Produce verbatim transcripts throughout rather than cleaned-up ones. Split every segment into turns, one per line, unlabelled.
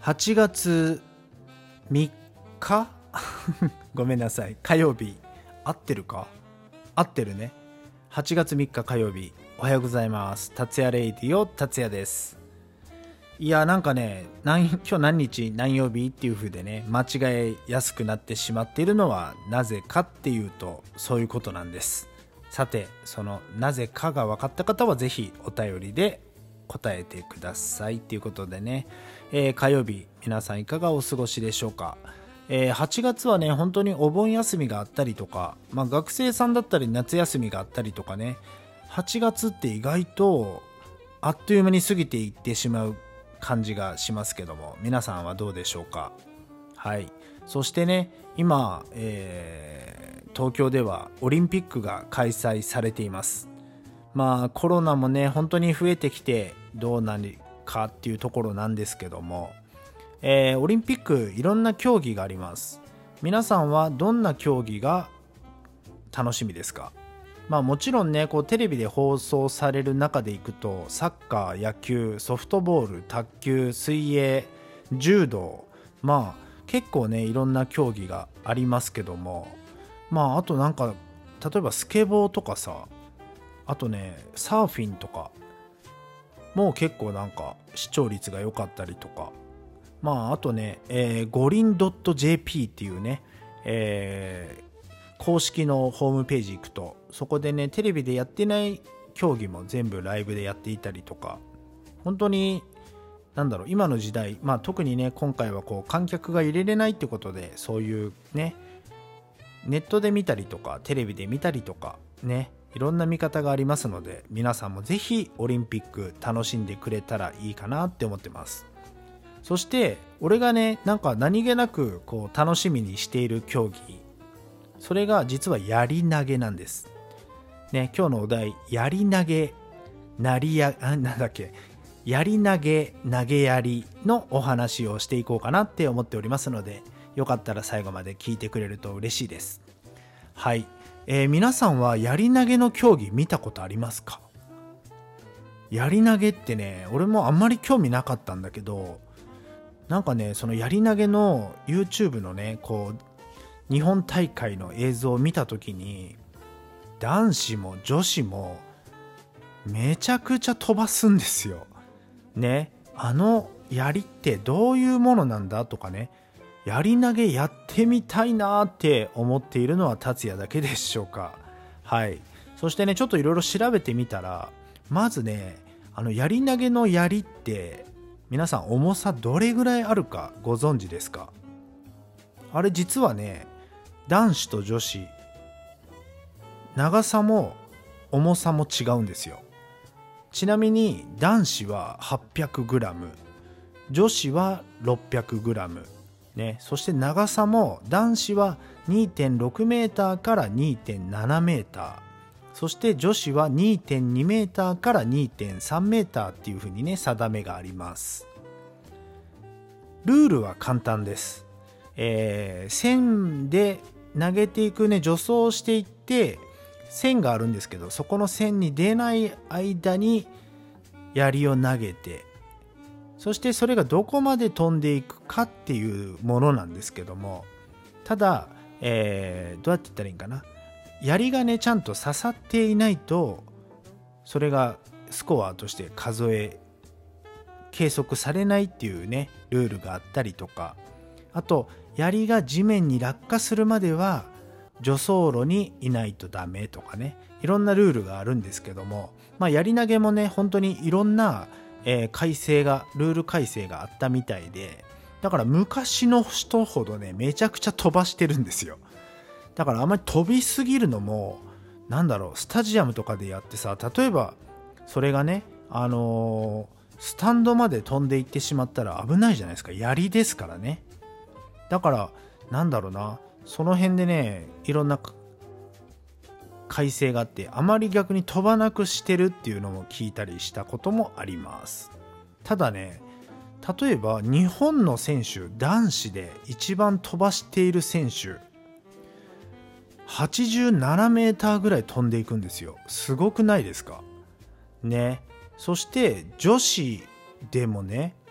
はちがつみっかごめんなさい、火曜日合ってるか、合ってるね。はちがつみっか火曜日、おはようございます。達也レイディオ達也です。いやなんかね、何今日何日何曜日っていう風でね、間違えやすくなってしまっているのはなぜかっていうと、そういうことなんです。さて、そのなぜかが分かった方はぜひお便りで答えてくださいっていうことでね、えー、火曜日皆さんいかがお過ごしでしょうか。えー、はちがつはね、本当にお盆休みがあったりとか、まあ、学生さんだったり夏休みがあったりとかね、はちがつって意外とあっという間に過ぎていってしまう感じがしますけども、皆さんはどうでしょうか。はい。そしてね、今、えー、東京ではオリンピックが開催されています。まあコロナもね本当に増えてきてどうなるかっていうところなんですけども、えー、オリンピックいろんな競技があります。皆さんはどんな競技が楽しみですか。まあもちろんね、こうテレビで放送される中でいくと、サッカー、野球、ソフトボール、卓球、水泳、柔道、まあ結構ねいろんな競技がありますけども、まああとなんか例えばスケボーとかさ、あとねサーフィンとかもう結構なんか視聴率が良かったりとか、まああとね、えー、五輪 .jp っていうね、えー、公式のホームページ行くと、そこでねテレビでやってない競技も全部ライブでやっていたりとか、本当になんだろう、今の時代、まあ特にね今回はこう観客が入れれないってことで、そういうねネットで見たりとかテレビで見たりとかね、いろんな見方がありますので、皆さんもぜひオリンピック楽しんでくれたらいいかなって思ってます。そして俺がねなんか何気なくこう楽しみにしている競技、それが実はやり投げなんですね。今日のお題、やり投げなりやあなんだっけやり投げ投げやりのお話をしていこうかなって思っておりますので、よかったら最後まで聞いてくれると嬉しいです。はい。えー、皆さんはやり投げの競技見たことありますか。やり投げってね、俺もあんまり興味なかったんだけど、なんかねそのやり投げの YouTube のねこう日本大会の映像を見た時に、男子も女子もめちゃくちゃ飛ばすんですよね。あの槍ってどういうものなんだとかね、やり投げやってみたいなって思っているのは達也だけでしょうか。はい。そしてねちょっといろいろ調べてみたら、まずねあのやり投げの槍って皆さん重さどれぐらいあるかご存知ですか。あれ実はね男子と女子長さも重さも違うんですよ。ちなみに男子は はっぴゃくグラム、 女子は ろっぴゃくグラムね、そして長さも男子は にてんろくメーターから にてんななメーター、そして女子は にてんにメーターから にてんさんメーターっていう風にね定めがあります。ルールは簡単です。えー、線で投げていくね、助走していって線があるんですけど、そこの線に出ない間に槍を投げて、そしてそれがどこまで飛んでいくかっていうものなんですけども、ただ、えー、どうやって言ったらいいんかな、槍がねちゃんと刺さっていないとそれがスコアとして数え計測されないっていうねルールがあったりとか、あと槍が地面に落下するまでは助走路にいないとダメとかね、いろんなルールがあるんですけども、まあ槍投げもね本当にいろんなえー、改正がルール改正があったみたいで、だから昔の人ほどねめちゃくちゃ飛ばしてるんですよ。だからあんまり飛びすぎるのもなんだろう、スタジアムとかでやってさ、例えばそれがねあのー、スタンドまで飛んでいってしまったら危ないじゃないですか。槍ですからね。だからなんだろうな、その辺でねいろんな改正があって、あまり逆に飛ばなくしてるっていうのも聞いたりしたこともあります。ただね、例えば日本の選手、男子で一番飛ばしている選手はちじゅうななメーターぐらい飛んでいくんですよ。すごくないですかね。そして女子でもね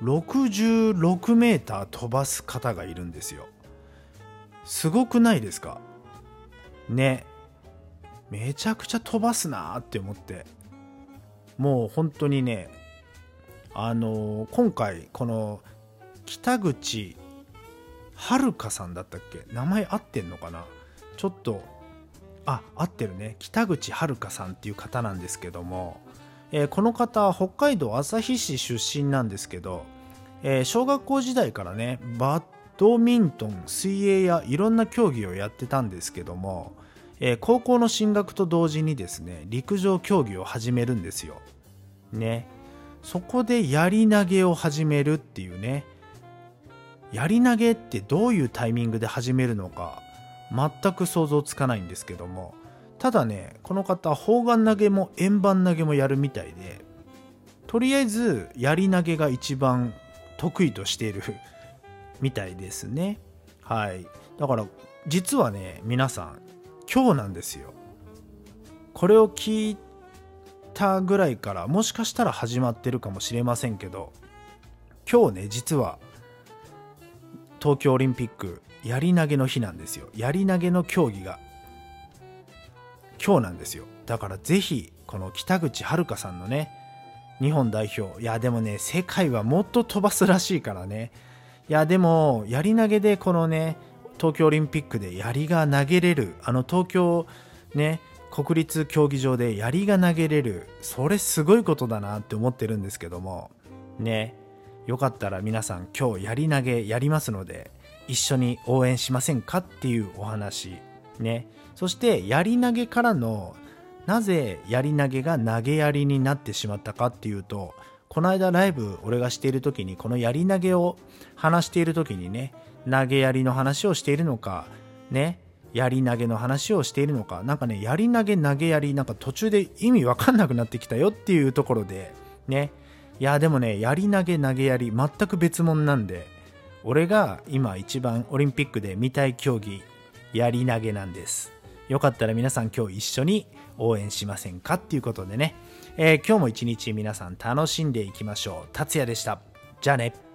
ろくじゅうろくメーター飛ばす方がいるんですよ。すごくないですかね。めちゃくちゃ飛ばすなーって思って、もう本当にね、あのー、今回この北口遥さんだったっけ、名前合ってんのかな、ちょっとあ合ってるね、北口遥さんっていう方なんですけども、えー、この方北海道旭市出身なんですけど、えー、小学校時代からねバドミントン、水泳やいろんな競技をやってたんですけども、えー、高校の進学と同時にですね陸上競技を始めるんですよね。そこでやり投げを始めるっていうね。やり投げってどういうタイミングで始めるのか全く想像つかないんですけども、ただねこの方砲丸投げも円盤投げもやるみたいで、とりあえずやり投げが一番得意としているみたいですね。はい。だから実はね皆さん今日なんですよ。これを聞いたぐらいからもしかしたら始まってるかもしれませんけど、今日ね実は東京オリンピックやり投げの日なんですよ。やり投げの競技が今日なんですよ。だからぜひこの北口遥さんのね日本代表、いやでもね世界はもっと飛ばすらしいからね。いやでもやり投げでこのね東京オリンピックで槍が投げれる、あの東京ね国立競技場で槍が投げれる、それすごいことだなって思ってるんですけどもね。よかったら皆さん今日やり投げやりますので一緒に応援しませんかっていうお話ね。そしてやり投げからのなぜやり投げが投げやりになってしまったかっていうと、この間ライブ俺がしている時にこのやり投げを話している時にね投げやりの話をしているのかねやり投げの話をしているのか、なんかねやり投げ投げやりなんか途中で意味わかんなくなってきたよっていうところでね。いやでもねやり投げ投げやり全く別物なんで、俺が今一番オリンピックで見たい競技やり投げなんです。よかったら皆さん今日一緒に応援しませんかっていうことでね、えー、今日も一日皆さん楽しんでいきましょう。達也でした。じゃあね。